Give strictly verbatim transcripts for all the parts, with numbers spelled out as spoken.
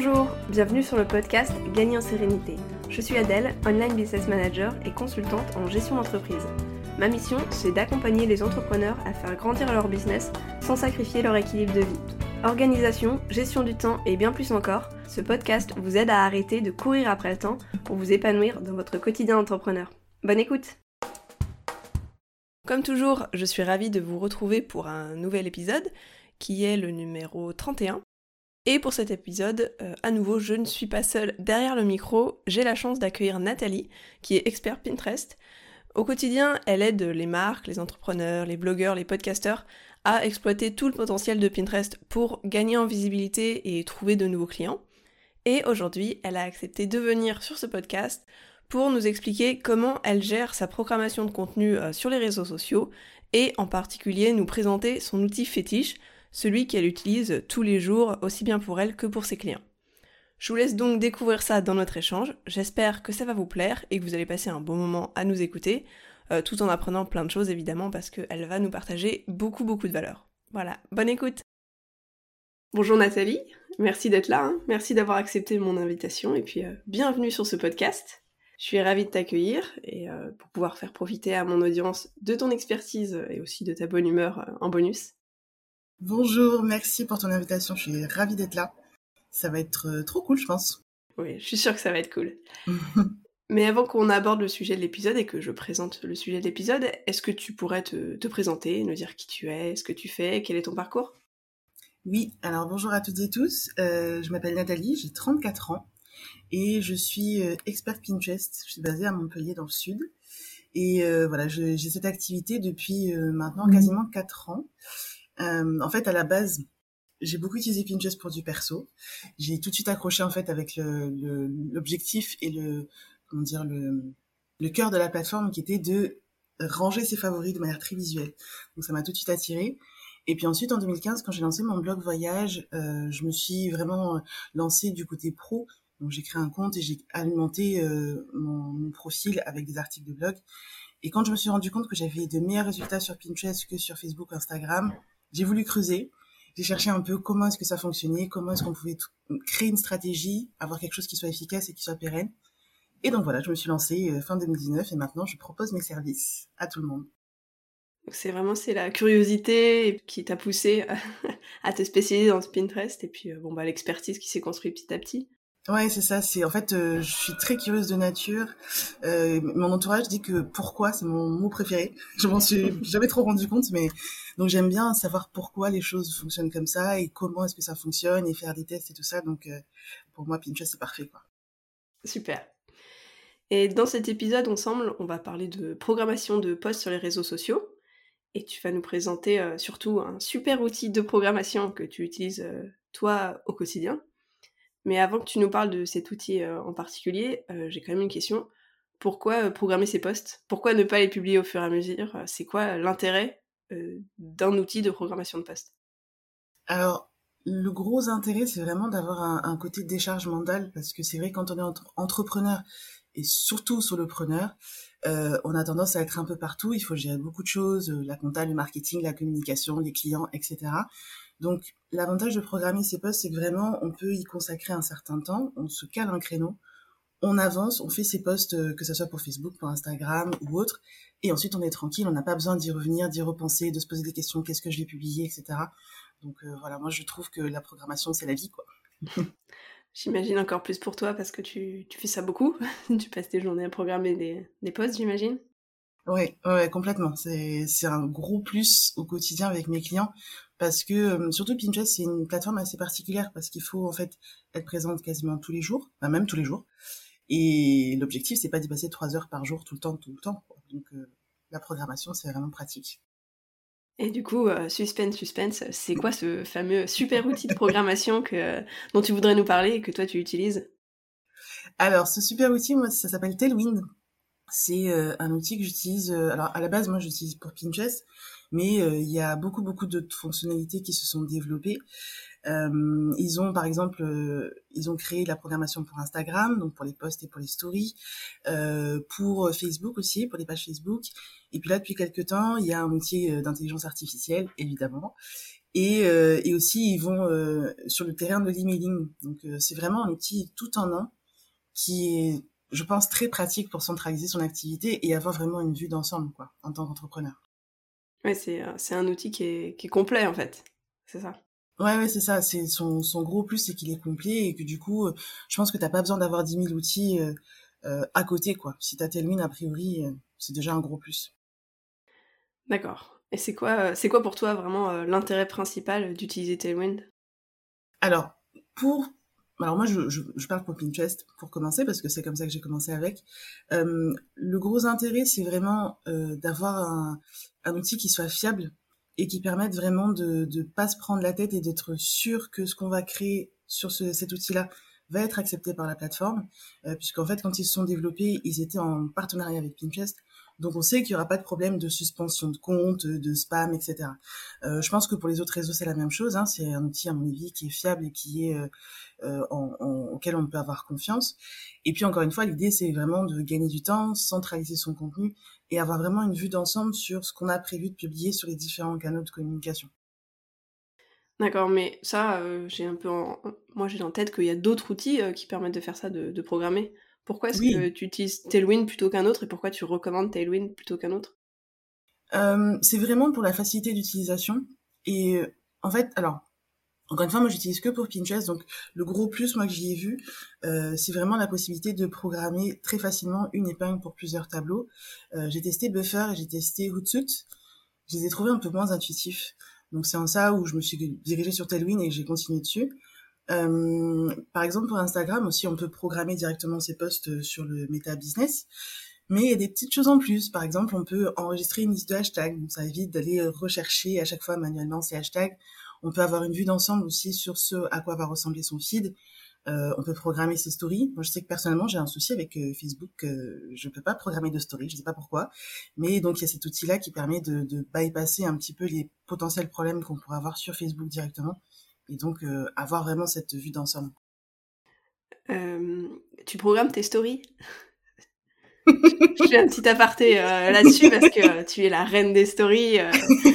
Bonjour, bienvenue sur le podcast Gagner en sérénité. Je suis Adèle, online business manager et consultante en gestion d'entreprise. Ma mission, c'est d'accompagner les entrepreneurs à faire grandir leur business sans sacrifier leur équilibre de vie. Organisation, gestion du temps et bien plus encore, ce podcast vous aide à arrêter de courir après le temps pour vous épanouir dans votre quotidien d'entrepreneur. Bonne écoute! Comme toujours, je suis ravie de vous retrouver pour un nouvel épisode qui est le numéro trente et un. Et pour cet épisode, euh, à nouveau, je ne suis pas seule derrière le micro, j'ai la chance d'accueillir Nathalie, qui est experte Pinterest. Au quotidien, elle aide les marques, les entrepreneurs, les blogueurs, les podcasteurs à exploiter tout le potentiel de Pinterest pour gagner en visibilité et trouver de nouveaux clients. Et aujourd'hui, elle a accepté de venir sur ce podcast pour nous expliquer comment elle gère sa programmation de contenu euh, sur les réseaux sociaux et en particulier nous présenter son outil fétiche, celui qu'elle utilise tous les jours, aussi bien pour elle que pour ses clients. Je vous laisse donc découvrir ça dans notre échange, j'espère que ça va vous plaire et que vous allez passer un bon moment à nous écouter, euh, tout en apprenant plein de choses évidemment parce qu'elle va nous partager beaucoup beaucoup de valeurs. Voilà, bonne écoute! Bonjour Nathalie, merci d'être là, hein. Merci d'avoir accepté mon invitation et puis euh, bienvenue sur ce podcast. Je suis ravie de t'accueillir et euh, pour pouvoir faire profiter à mon audience de ton expertise et aussi de ta bonne humeur euh, en bonus. Bonjour, merci pour ton invitation, je suis ravie d'être là. Ça va être euh, trop cool, je pense. Oui, je suis sûre que ça va être cool. Mais avant qu'on aborde le sujet de l'épisode et que je présente le sujet de l'épisode, est-ce que tu pourrais te, te présenter, nous dire qui tu es, ce que tu fais, quel est ton parcours ? Oui, alors bonjour à toutes et tous, euh, je m'appelle Nathalie, j'ai trente-quatre ans et je suis euh, experte Pinterest. Je suis basée à Montpellier dans le sud et euh, voilà, je, j'ai cette activité depuis euh, maintenant quasiment quatre ans. Euh, en fait, à la base, j'ai beaucoup utilisé Pinterest pour du perso. J'ai tout de suite accroché en fait avec le, le, l'objectif et le comment dire le, le cœur de la plateforme qui était de ranger ses favoris de manière très visuelle. Donc ça m'a tout de suite attirée. Et puis ensuite en deux mille quinze, quand j'ai lancé mon blog voyage, euh, je me suis vraiment lancée du côté pro. Donc j'ai créé un compte et j'ai alimenté euh, mon, mon profil avec des articles de blog. Et quand je me suis rendu compte que j'avais de meilleurs résultats sur Pinterest que sur Facebook ou Instagram, j'ai voulu creuser. J'ai cherché un peu comment est-ce que ça fonctionnait, comment est-ce qu'on pouvait t- créer une stratégie, avoir quelque chose qui soit efficace et qui soit pérenne. Et donc voilà, je me suis lancée fin deux mille dix-neuf et maintenant je propose mes services à tout le monde. Donc c'est vraiment c'est la curiosité qui t'a poussé à te spécialiser dans Pinterest et puis euh, bon bah l'expertise qui s'est construite petit à petit. Ouais, c'est ça. C'est en fait, euh, je suis très curieuse de nature. Euh, mon entourage dit que pourquoi, c'est mon mot préféré. Je m'en suis jamais trop rendu compte, mais donc j'aime bien savoir pourquoi les choses fonctionnent comme ça et comment est-ce que ça fonctionne et faire des tests et tout ça. Donc euh, pour moi, Pinterest c'est parfait, quoi. Super. Et dans cet épisode, ensemble, on va parler de programmation de posts sur les réseaux sociaux. Et tu vas nous présenter euh, surtout un super outil de programmation que tu utilises euh, toi au quotidien. Mais avant que tu nous parles de cet outil euh, en particulier, euh, j'ai quand même une question. Pourquoi euh, programmer ces posts ? Pourquoi ne pas les publier au fur et à mesure ? C'est quoi l'intérêt euh, d'un outil de programmation de posts ? Alors, le gros intérêt, c'est vraiment d'avoir un, un côté décharge mentale parce que c'est vrai quand on est entre- entrepreneur et surtout solopreneur, euh, on a tendance à être un peu partout. Il faut gérer beaucoup de choses, euh, la compta, le marketing, la communication, les clients, et cetera. Donc, l'avantage de programmer ces posts, c'est que vraiment, on peut y consacrer un certain temps, on se cale un créneau, on avance, on fait ses posts, euh, que ce soit pour Facebook, pour Instagram ou autre, et ensuite on est tranquille, on n'a pas besoin d'y revenir, d'y repenser, de se poser des questions, qu'est-ce que je vais publier, et cetera. Donc euh, voilà, moi je trouve que la programmation, c'est la vie, quoi. J'imagine encore plus pour toi parce que tu, tu fais ça beaucoup. Tu passes tes journées à programmer des, des posts, j'imagine. Ouais, ouais, complètement. C'est c'est un gros plus au quotidien avec mes clients parce que euh, surtout Pinterest, c'est une plateforme assez particulière parce qu'il faut en fait être présente quasiment tous les jours, enfin, même tous les jours. Et l'objectif, c'est pas d'y passer trois heures par jour tout le temps, tout le temps, quoi. Donc euh, la programmation, c'est vraiment pratique. Et du coup, euh, suspense, suspense, c'est quoi ce fameux super outil de programmation que, dont tu voudrais nous parler et que toi tu utilises ? Alors, ce super outil, moi, ça s'appelle Tailwind. C'est euh, un outil que j'utilise. Euh, alors, à la base, moi, j'utilise pour Pinterest, mais euh, il y a beaucoup, beaucoup d'autres fonctionnalités qui se sont développées. Euh, ils ont, par exemple, euh, ils ont créé la programmation pour Instagram, donc pour les posts et pour les stories, euh, pour Facebook aussi, pour les pages Facebook. Et puis là, depuis quelques temps, il y a un outil euh, d'intelligence artificielle, évidemment. Et, euh, et aussi, ils vont euh, sur le terrain de l'emailing. Donc, euh, c'est vraiment un outil tout en un qui est, je pense, très pratique pour centraliser son activité et avoir vraiment une vue d'ensemble, quoi, en tant qu'entrepreneur. Ouais, c'est, euh, c'est un outil qui est, qui est complet, en fait. C'est ça. Ouais, ouais, c'est ça. C'est son, son gros plus, c'est qu'il est complet et que du coup, euh, je pense que t'as pas besoin d'avoir dix mille outils euh, euh, à côté, quoi. Si t'as Tailwind, a priori, euh, c'est déjà un gros plus. D'accord. Et c'est quoi, euh, c'est quoi pour toi vraiment euh, l'intérêt principal d'utiliser Tailwind? Alors, pour... Alors moi, je, je, je parle pour Pinterest pour commencer, parce que c'est comme ça que j'ai commencé avec. Euh, le gros intérêt, c'est vraiment euh, d'avoir un, un outil qui soit fiable et qui permette vraiment de ne pas se prendre la tête et d'être sûr que ce qu'on va créer sur ce, cet outil-là va être accepté par la plateforme, euh, puisqu'en fait, quand ils se sont développés, ils étaient en partenariat avec Pinterest. Donc on sait qu'il n'y aura pas de problème de suspension de compte, de spam, et cetera. Euh, je pense que pour les autres réseaux, c'est la même chose. Hein. C'est un outil, à mon avis, qui est fiable et qui est euh, euh, en, en, auquel on peut avoir confiance. Et puis encore une fois, l'idée, c'est vraiment de gagner du temps, centraliser son contenu et avoir vraiment une vue d'ensemble sur ce qu'on a prévu de publier sur les différents canaux de communication. D'accord, mais ça, euh, j'ai un peu en... moi j'ai en tête qu'il y a d'autres outils euh, qui permettent de faire ça, de, de programmer. Pourquoi est-ce que Oui, tu utilises Tailwind plutôt qu'un autre et pourquoi tu recommandes Tailwind plutôt qu'un autre? euh, c'est vraiment pour la facilité d'utilisation. Et euh, en fait, alors, encore une fois, moi, j'utilise que pour Pinterest. Donc, le gros plus, moi, que j'y ai vu, euh, c'est vraiment la possibilité de programmer très facilement une épingle pour plusieurs tableaux. Euh, j'ai testé Buffer et j'ai testé Hootsuite. Je les ai trouvés un peu moins intuitifs. Donc, c'est en ça où je me suis dirigée sur Tailwind et j'ai continué dessus. Euh, par exemple, pour Instagram aussi, on peut programmer directement ses posts sur le Meta Business. Mais il y a des petites choses en plus. Par exemple, on peut enregistrer une liste de hashtags. Donc, ça évite d'aller rechercher à chaque fois manuellement ces hashtags. On peut avoir une vue d'ensemble aussi sur ce à quoi va ressembler son feed. Euh, on peut programmer ses stories. Moi, je sais que personnellement, j'ai un souci avec euh, Facebook. Euh, je peux pas programmer de stories. Je sais pas pourquoi. Mais donc, il y a cet outil-là qui permet de, de bypasser un petit peu les potentiels problèmes qu'on pourrait avoir sur Facebook directement. Et donc, euh, avoir vraiment cette vue d'ensemble. Euh, tu programmes tes stories? Je fais un petit aparté euh, là-dessus parce que euh, tu es la reine des stories. Euh...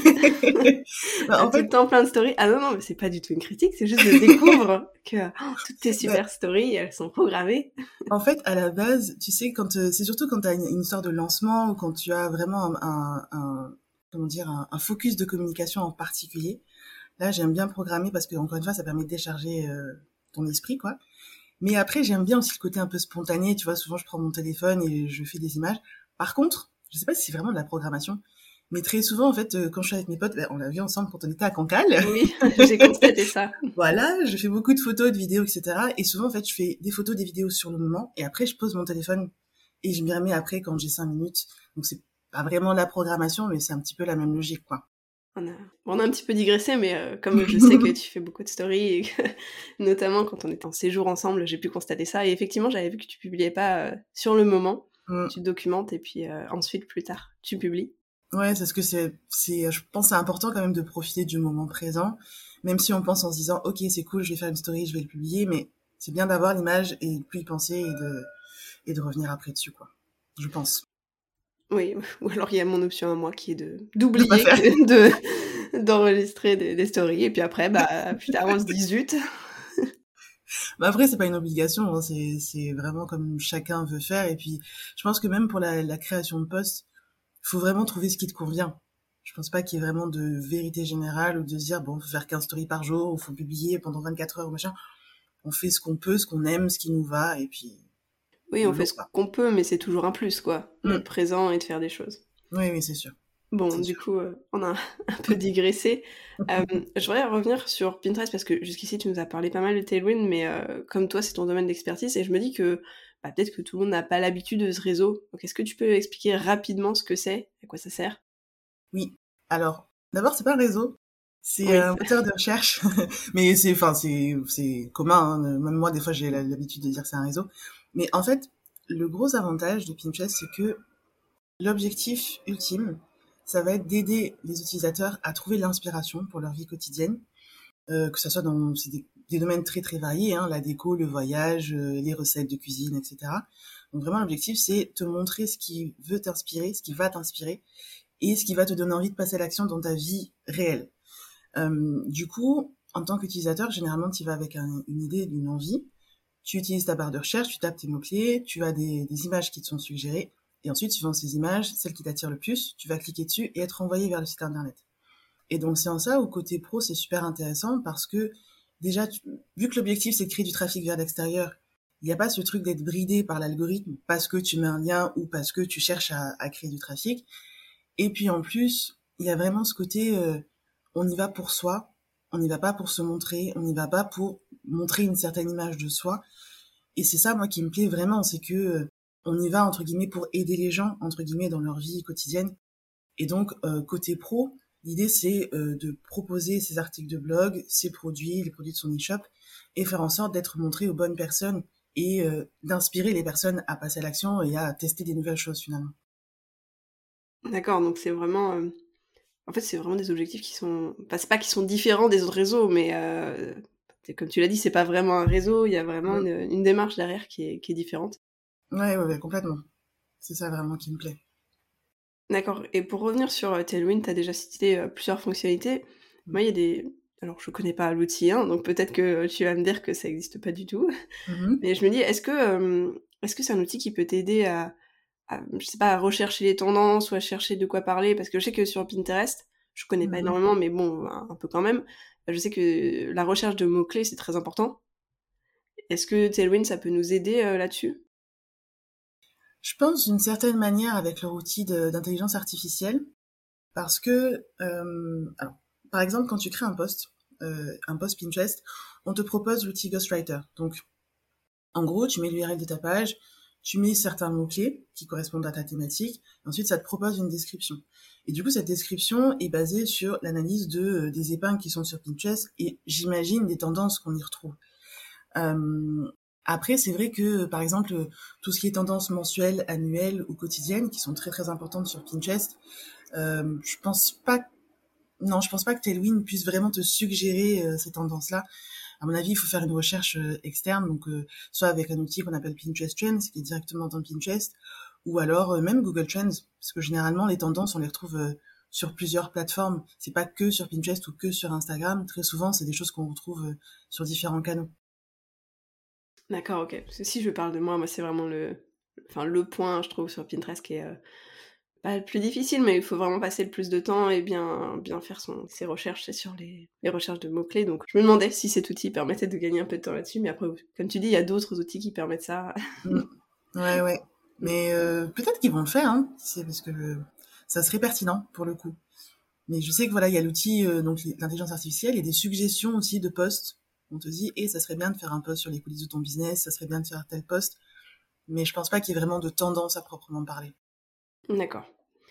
Bah, T'as en tout le fait, temps plein de stories. Ah non, non, mais c'est pas du tout une critique, c'est juste que je découvre que oh, toutes tes bah, super stories, elles sont programmées. en fait, à la base, tu sais, quand euh, c'est surtout quand tu as une, une histoire de lancement ou quand tu as vraiment un, un, un comment dire un, un focus de communication en particulier. Là, j'aime bien programmer parce que encore une fois, ça permet de décharger euh, ton esprit, quoi. Mais après, j'aime bien aussi le côté un peu spontané. Tu vois, souvent, je prends mon téléphone et je fais des images. Par contre, je sais pas si c'est vraiment de la programmation, mais très souvent, en fait, euh, quand je suis avec mes potes, ben, on l'a vu ensemble quand on était à Cancale. Oui, j'ai constaté ça. Voilà, je fais beaucoup de photos, de vidéos, et cetera. Et souvent, en fait, je fais des photos, des vidéos sur le moment, et après, je pose mon téléphone et je m'y remets après quand j'ai cinq minutes. Donc, c'est pas vraiment la programmation, mais c'est un petit peu la même logique, quoi. On a, on a un petit peu digressé, mais euh, comme je sais que tu fais beaucoup de stories, et que, notamment quand on était en séjour ensemble, j'ai pu constater ça. Et effectivement, j'avais vu que tu publiais pas euh, sur le moment, Mm. tu te documentes et puis euh, ensuite, plus tard, tu publies. Ouais, c'est ce que c'est, c'est, je pense que c'est important quand même de profiter du moment présent, même si on pense en se disant, ok, c'est cool, je vais faire une story, je vais le publier, mais c'est bien d'avoir l'image et de plus y penser et de, et de revenir après dessus, quoi. Je pense. Oui, ou alors il y a mon option à moi qui est de De pas d'oublier faire. que de d'enregistrer des, des stories et puis après bah plus tard on se dit zut. Mais après, c'est pas une obligation, hein, c'est, c'est vraiment comme chacun veut faire. Et puis, je pense que même pour la, la création de posts, il faut vraiment trouver ce qui te convient. Je pense pas qu'il y ait vraiment de vérité générale ou de se dire, bon, faut faire quinze stories par jour, ou faut publier pendant vingt-quatre heures, ou machin. On fait ce qu'on peut, ce qu'on aime, ce qui nous va, et puis, Oui, on fait YOLO, ce quoi. qu'on peut, mais c'est toujours un plus quoi, d'être Mm. présent et de faire des choses. Oui, oui, c'est sûr. Bon, C'est du sûr. coup, euh, on a un peu digressé. Euh, je voudrais revenir sur Pinterest parce que jusqu'ici tu nous as parlé pas mal de Tailwind, mais euh, comme toi c'est ton domaine d'expertise et je me dis que bah, peut-être que tout le monde n'a pas l'habitude de ce réseau. Donc est-ce que tu peux expliquer rapidement ce que c'est, à quoi ça sert? Oui. Alors, d'abord, c'est pas un réseau. C'est Oui. un moteur de recherche. Mais c'est, enfin, c'est, c'est commun, hein. Même moi, des fois, j'ai l'habitude de dire que c'est un réseau. Mais en fait, le gros avantage de Pinterest, c'est que l'objectif ultime, ça va être d'aider les utilisateurs à trouver l'inspiration pour leur vie quotidienne, euh, que ce soit dans c'est des, des domaines très très variés, hein, la déco, le voyage, euh, les recettes de cuisine, et cetera. Donc vraiment, l'objectif, c'est te montrer ce qui veut t'inspirer, ce qui va t'inspirer, et ce qui va te donner envie de passer à l'action dans ta vie réelle. Euh, du coup, en tant qu'utilisateur, généralement, tu vas avec un, une idée, d'une envie. Tu utilises ta barre de recherche, tu tapes tes mots-clés, tu as des, des images qui te sont suggérées, et ensuite, suivant ces images, celle qui t'attire le plus, tu vas cliquer dessus et être envoyé vers le site internet. Et donc, c'est en ça où côté pro, c'est super intéressant parce que déjà, tu, vu que l'objectif, c'est de créer du trafic vers l'extérieur, il n'y a pas ce truc d'être bridé par l'algorithme parce que tu mets un lien ou parce que tu cherches à, à créer du trafic. Et puis, en plus, il y a vraiment ce côté, euh, on y va pour soi, on n'y va pas pour se montrer, on n'y va pas pour montrer une certaine image de soi. Et c'est ça, moi, qui me plaît vraiment, c'est que euh, on y va, entre guillemets, pour aider les gens, entre guillemets, dans leur vie quotidienne. Et donc, euh, côté pro, l'idée, c'est euh, de proposer ses articles de blog, ses produits, les produits de son e-shop, et faire en sorte d'être montré aux bonnes personnes et euh, d'inspirer les personnes à passer à l'action et à tester des nouvelles choses, finalement. D'accord, donc c'est vraiment... euh, En fait, c'est vraiment des objectifs qui sont... Enfin, c'est pas qu'ils sont différents des autres réseaux, mais euh, comme tu l'as dit, c'est pas vraiment un réseau, il y a vraiment Mm. une, une démarche derrière qui est, qui est différente. Ouais, ouais, ouais, complètement. C'est ça vraiment qui me plaît. D'accord. Et pour revenir sur euh, Tailwind, tu as déjà cité euh, plusieurs fonctionnalités. Moi, il y a des... Alors, je connais pas l'outil, hein, donc peut-être que tu vas me dire que ça existe pas du tout. Mm-hmm. Mais je me dis, est-ce que euh, est-ce que c'est un outil qui peut t'aider à, à, je sais pas, à rechercher les tendances ou à chercher de quoi parler? Parce que je sais que sur Pinterest, je connais pas Mm-hmm. énormément, mais bon, un, un peu quand même. Je sais que la recherche de mots-clés, c'est très important. Est-ce que Tailwind, ça peut nous aider euh, là-dessus? Je pense d'une certaine manière avec leur outil de- d'intelligence artificielle, parce que, euh, alors, par exemple, quand tu crées un post, euh, un post Pinterest, on te propose l'outil Ghostwriter. Donc, en gros, tu mets l'U R L de ta page, tu mets certains mots-clés qui correspondent à ta thématique, et ensuite ça te propose une description. Et du coup, cette description est basée sur l'analyse de, euh, des épingles qui sont sur Pinterest, et j'imagine des tendances qu'on y retrouve. Euh, Après, c'est vrai que, par exemple, tout ce qui est tendances mensuelles, annuelles ou quotidiennes, qui sont très très importantes sur Pinterest, euh, je pense pas, non, je pense pas que Tailwind puisse vraiment te suggérer euh, ces tendances-là. À mon avis, il faut faire une recherche euh, externe, donc euh, soit avec un outil qu'on appelle Pinterest Trends, qui est directement dans Pinterest, ou alors euh, même Google Trends, parce que généralement les tendances, on les retrouve euh, sur plusieurs plateformes. C'est pas que sur Pinterest ou que sur Instagram. Très souvent, c'est des choses qu'on retrouve euh, sur différents canaux. D'accord, ok. Parce que si je parle de moi, moi c'est vraiment le, enfin le point, je trouve, sur Pinterest qui est euh, pas le plus difficile, mais il faut vraiment passer le plus de temps et bien, bien faire son, ses recherches, c'est sur les, les recherches de mots-clés. Donc je me demandais si cet outil permettait de gagner un peu de temps là-dessus, mais après, comme tu dis, il y a d'autres outils qui permettent ça. Mm. Ouais, ouais. Mais euh, peut-être qu'ils vont le faire, hein. C'est parce que euh, ça serait pertinent pour le coup. Mais je sais que voilà, il y a l'outil, euh, donc l'intelligence artificielle, et des suggestions aussi de posts. On te dit, et ça serait bien de faire un post sur les coulisses de ton business, ça serait bien de faire tel post. Mais je pense pas qu'il y ait vraiment de tendance à proprement parler. D'accord.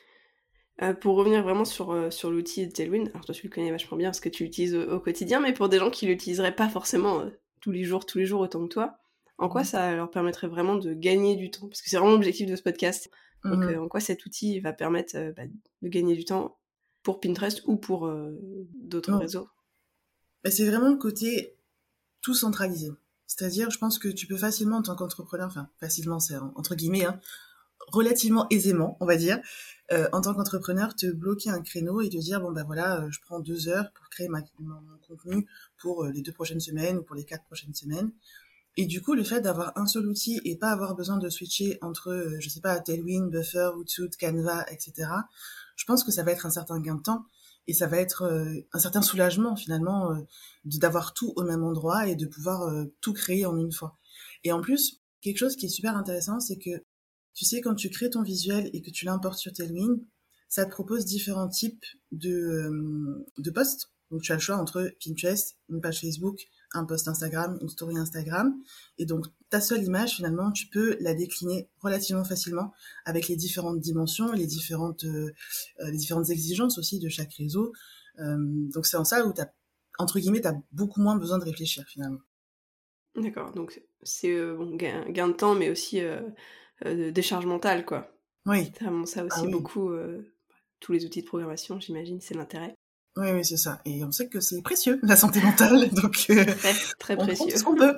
Euh, pour revenir vraiment sur, euh, sur l'outil de Tailwind, alors toi tu le connais vachement bien parce que tu l'utilises au, au quotidien, mais pour des gens qui l'utiliseraient pas forcément euh, tous les jours, tous les jours autant que toi, en quoi Mhm. ça leur permettrait vraiment de gagner du temps? Parce que c'est vraiment l'objectif de ce podcast. Donc euh, Mhm. en quoi cet outil va permettre euh, bah, de gagner du temps pour Pinterest ou pour euh, d'autres Non. réseaux? Mais c'est vraiment le côté tout centralisé. C'est-à-dire, je pense que tu peux facilement, en tant qu'entrepreneur, enfin, facilement, c'est entre guillemets, hein, relativement aisément, on va dire, euh, en tant qu'entrepreneur, te bloquer un créneau et te dire, bon, ben voilà, euh, je prends deux heures pour créer ma, mon, mon contenu pour euh, les deux prochaines semaines ou pour les quatre prochaines semaines. Et du coup, le fait d'avoir un seul outil et pas avoir besoin de switcher entre, euh, je sais pas, Tailwind, Buffer, Hootsuite, Canva, et cetera, je pense que ça va être un certain gain de temps et ça va être euh, un certain soulagement finalement euh, de- d'avoir tout au même endroit et de pouvoir euh, tout créer en une fois. Et en plus, quelque chose qui est super intéressant, c'est que tu sais, quand tu crées ton visuel et que tu l'importes sur Tailwind, ça te propose différents types de, euh, de posts. Donc tu as le choix entre Pinterest, une page Facebook, un post Instagram, une story Instagram. Et donc ta seule image, finalement, tu peux la décliner relativement facilement avec les différentes dimensions et les différentes, euh, euh, les différentes exigences aussi de chaque réseau. Euh, donc c'est en ça où tu as, entre guillemets, tu as beaucoup moins besoin de réfléchir finalement. D'accord, donc c'est euh, bon, gain, gain de temps, mais aussi euh, euh, de décharge mentale, quoi. Oui, C'est vraiment ça ah aussi oui, beaucoup, euh, tous les outils de programmation, j'imagine, c'est l'intérêt. oui, oui, c'est ça. Et on sait que c'est précieux, la santé mentale, donc euh, Très, très on prend tout précieux. ce qu'on peut.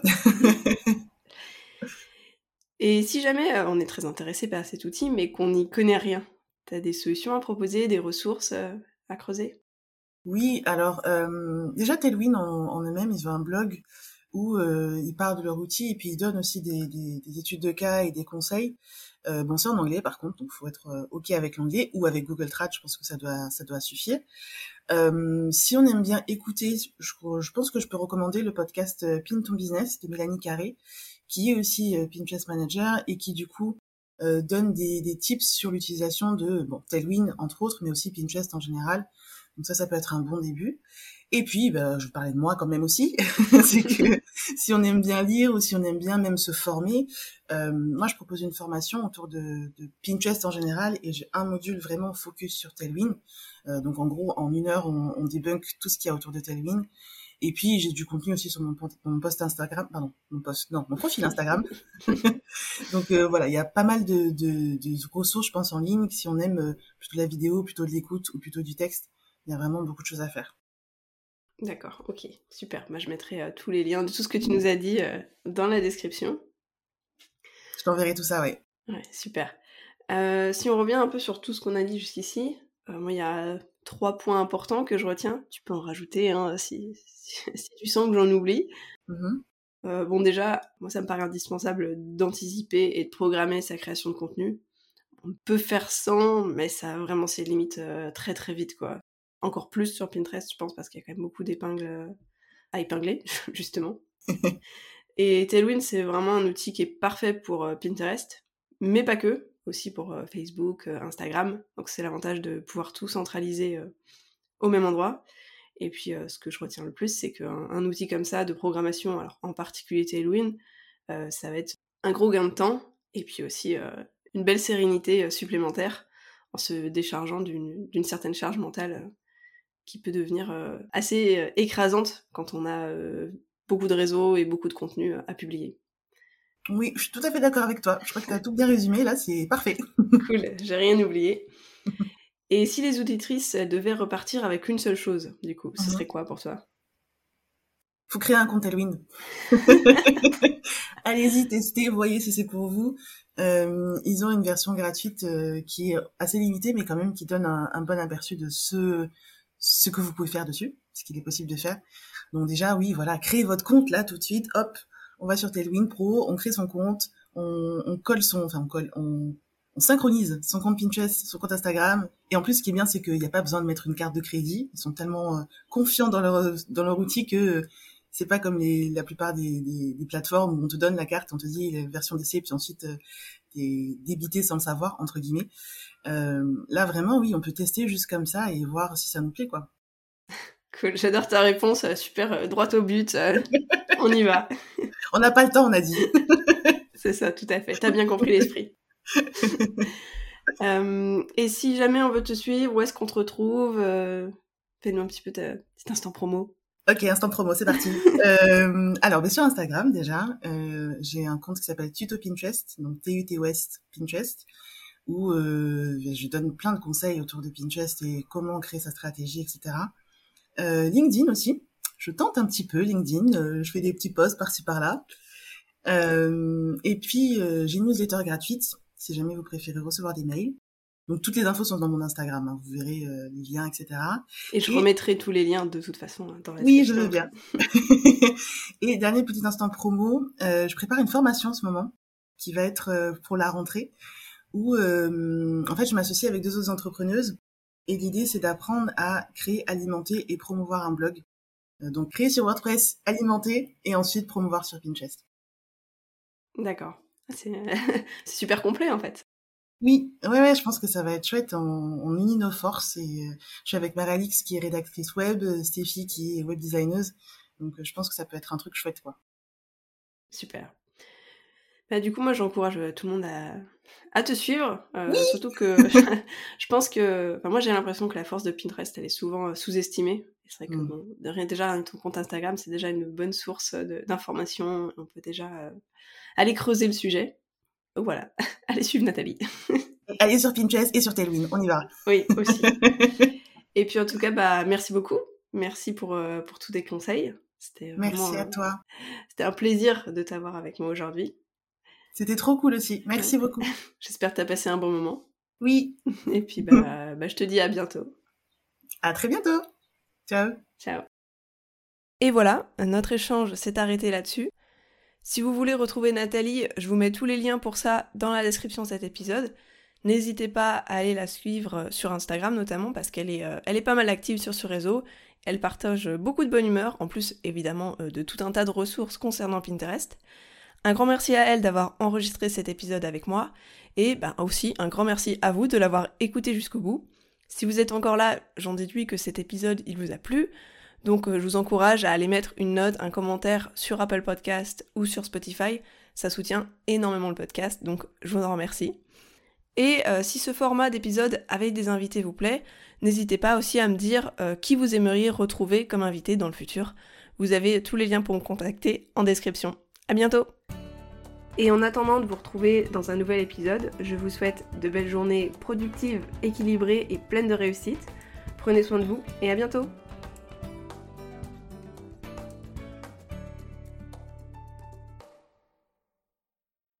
Et si jamais euh, on est très intéressé par cet outil, mais qu'on n'y connaît rien, t'as des solutions à proposer, des ressources euh, à creuser? Oui, alors euh, déjà Tailwind en, en eux-mêmes, ils ont un blog où euh, ils parlent de leur outil et puis ils donnent aussi des, des, des études de cas et des conseils. Euh, bon, c'est en anglais par contre, donc faut être euh, ok avec l'anglais ou avec Google Trad, je pense que ça doit ça doit suffire. Euh, si on aime bien écouter, je, je pense que je peux recommander le podcast euh, Pin ton business de Mélanie Carré, qui est aussi euh, Pinterest Manager et qui du coup euh, donne des, des tips sur l'utilisation de bon Tailwind entre autres, mais aussi Pinterest en général. Donc ça, ça peut être un bon début. Et puis, bah, je parlais de moi quand même aussi. C'est que si on aime bien lire ou si on aime bien même se former, euh, moi je propose une formation autour de, de Pinterest en général et j'ai un module vraiment focus sur Tailwind. Euh, donc en gros, en une heure, on, on débunk tout ce qu'il y a autour de Tailwind. Et puis j'ai du contenu aussi sur mon, mon post Instagram, pardon, mon post, non, mon profil Instagram. Donc euh, voilà, il y a pas mal de, de, de ressources, je pense, en ligne. Si on aime euh, plutôt de la vidéo, plutôt de l'écoute ou plutôt du texte, il y a vraiment beaucoup de choses à faire. D'accord, ok, super. Moi, je mettrai euh, tous les liens de tout ce que tu nous as dit euh, dans la description. Je t'enverrai tout ça, ouais. Ouais, super. Euh, si on revient un peu sur tout ce qu'on a dit jusqu'ici, euh, moi, il y a trois points importants que je retiens. Tu peux en rajouter hein, si, si, si tu sens que j'en oublie. Mm-hmm. Euh, bon, déjà, moi, ça me paraît indispensable d'anticiper et de programmer sa création de contenu. On peut faire sans, mais ça a vraiment ses limites euh, très très vite, quoi. Encore plus sur Pinterest, je pense, parce qu'il y a quand même beaucoup d'épingles euh, à épingler, justement. Et Tailwind, c'est vraiment un outil qui est parfait pour euh, Pinterest, mais pas que, aussi pour euh, Facebook, euh, Instagram. Donc c'est l'avantage de pouvoir tout centraliser euh, au même endroit. Et puis euh, ce que je retiens le plus, c'est qu'un un outil comme ça de programmation, alors en particulier Tailwind, euh, ça va être un gros gain de temps, et puis aussi euh, une belle sérénité euh, supplémentaire en se déchargeant d'une d'une certaine charge mentale euh, qui peut devenir euh, assez euh, écrasante quand on a euh, beaucoup de réseaux et beaucoup de contenu euh, à publier. Oui, je suis tout à fait d'accord avec toi. Je crois que tu as tout bien résumé, là, c'est parfait. Cool, j'ai rien oublié. Et si les auditrices elles devaient repartir avec une seule chose, du coup, ce Mm-hmm. serait quoi pour toi? Faut créer un compte Tailwind. Allez-y, testez, voyez si c'est pour vous. Euh, ils ont une version gratuite euh, qui est assez limitée, mais quand même qui donne un, un bon aperçu de ce, ce que vous pouvez faire dessus, ce qu'il est possible de faire. Donc déjà, oui, voilà, créez votre compte là tout de suite. Hop, on va sur Tailwind Pro, on crée son compte, on, on colle son, enfin on colle, on, on synchronise son compte Pinterest, son compte Instagram. Et en plus, ce qui est bien, c'est qu'il n'y a pas besoin de mettre une carte de crédit. Ils sont tellement euh, confiants dans leur dans leur outil que euh, c'est pas comme les, la plupart des, des, des plateformes où on te donne la carte, on te dit la version d'essai, puis ensuite euh, t'es débité sans le savoir, entre guillemets. Euh, là, vraiment, oui, on peut tester juste comme ça et voir si ça nous plaît, quoi. Cool, j'adore ta réponse, euh, super euh, droite au but, euh, on y va. On n'a pas le temps, on a dit. C'est ça, tout à fait, t'as bien compris l'esprit. euh, et si jamais on veut te suivre, où est-ce qu'on te retrouve euh, Fais-nous un petit peu ta petit instant promo. Ok, instant promo, c'est parti. euh, alors, bien sur Instagram, déjà, euh, j'ai un compte qui s'appelle Tuto Pinterest, donc T U T O S Pinterest, où euh, je donne plein de conseils autour de Pinterest et comment créer sa stratégie, et cetera. Euh, LinkedIn aussi, je tente un petit peu LinkedIn, euh, je fais des petits posts par-ci par-là. Euh, et puis, euh, j'ai une newsletter gratuite, si jamais vous préférez recevoir des mails. Donc, toutes les infos sont dans mon Instagram, hein, vous verrez euh, les liens, et cetera. Et je et... remettrai tous les liens de toute façon dans la Oui, description. je veux bien. Et dernier petit instant promo, euh, je prépare une formation en ce moment, qui va être euh, pour la rentrée, où euh, en fait, je m'associe avec deux autres entrepreneuses. Et l'idée, c'est d'apprendre à créer, alimenter et promouvoir un blog. Euh, donc, créer sur WordPress, alimenter et ensuite promouvoir sur Pinterest. D'accord. C'est, c'est super complet en fait. Oui, ouais, ouais, je pense que ça va être chouette. On, on unit nos forces et euh, je suis avec Maralix qui est rédactrice web, Stéphie qui est web designeuse. Donc, euh, je pense que ça peut être un truc chouette, quoi. Super. Bah, du coup, moi, j'encourage tout le monde à, à te suivre. Euh, Oui. surtout que je pense que... Enfin, moi, j'ai l'impression que la force de Pinterest, elle est souvent sous-estimée. Et c'est vrai que, Mm. bon, de rien, déjà, ton compte Instagram, c'est déjà une bonne source de, d'informations. On peut déjà euh, aller creuser le sujet. Donc voilà, allez suivre Nathalie. Allez sur Pinterest et sur Tailwind, on y va. Oui, aussi. Et puis, en tout cas, bah, merci beaucoup. Merci pour, euh, pour tous tes conseils. C'était vraiment... Merci à euh, toi. C'était un plaisir de t'avoir avec moi aujourd'hui. C'était trop cool aussi. Merci Ouais. beaucoup. J'espère que t'as passé un bon moment. Oui. Et puis, bah, bah, je te dis à bientôt. À très bientôt. Ciao. Ciao. Et voilà, notre échange s'est arrêté là-dessus. Si vous voulez retrouver Nathalie, je vous mets tous les liens pour ça dans la description de cet épisode. N'hésitez pas à aller la suivre sur Instagram notamment parce qu'elle est, euh, elle est pas mal active sur ce réseau. Elle partage beaucoup de bonne humeur, en plus évidemment euh, de tout un tas de ressources concernant Pinterest. Un grand merci à elle d'avoir enregistré cet épisode avec moi et ben, aussi un grand merci à vous de l'avoir écouté jusqu'au bout. Si vous êtes encore là, j'en déduis que cet épisode il vous a plu. Donc euh, je vous encourage à aller mettre une note, un commentaire sur Apple Podcast ou sur Spotify. Ça soutient énormément le podcast, donc je vous en remercie. Et euh, si ce format d'épisode avec des invités vous plaît, n'hésitez pas aussi à me dire euh, qui vous aimeriez retrouver comme invité dans le futur. Vous avez tous les liens pour me contacter en description. À bientôt! Et en attendant de vous retrouver dans un nouvel épisode, je vous souhaite de belles journées productives, équilibrées et pleines de réussite. Prenez soin de vous et à bientôt!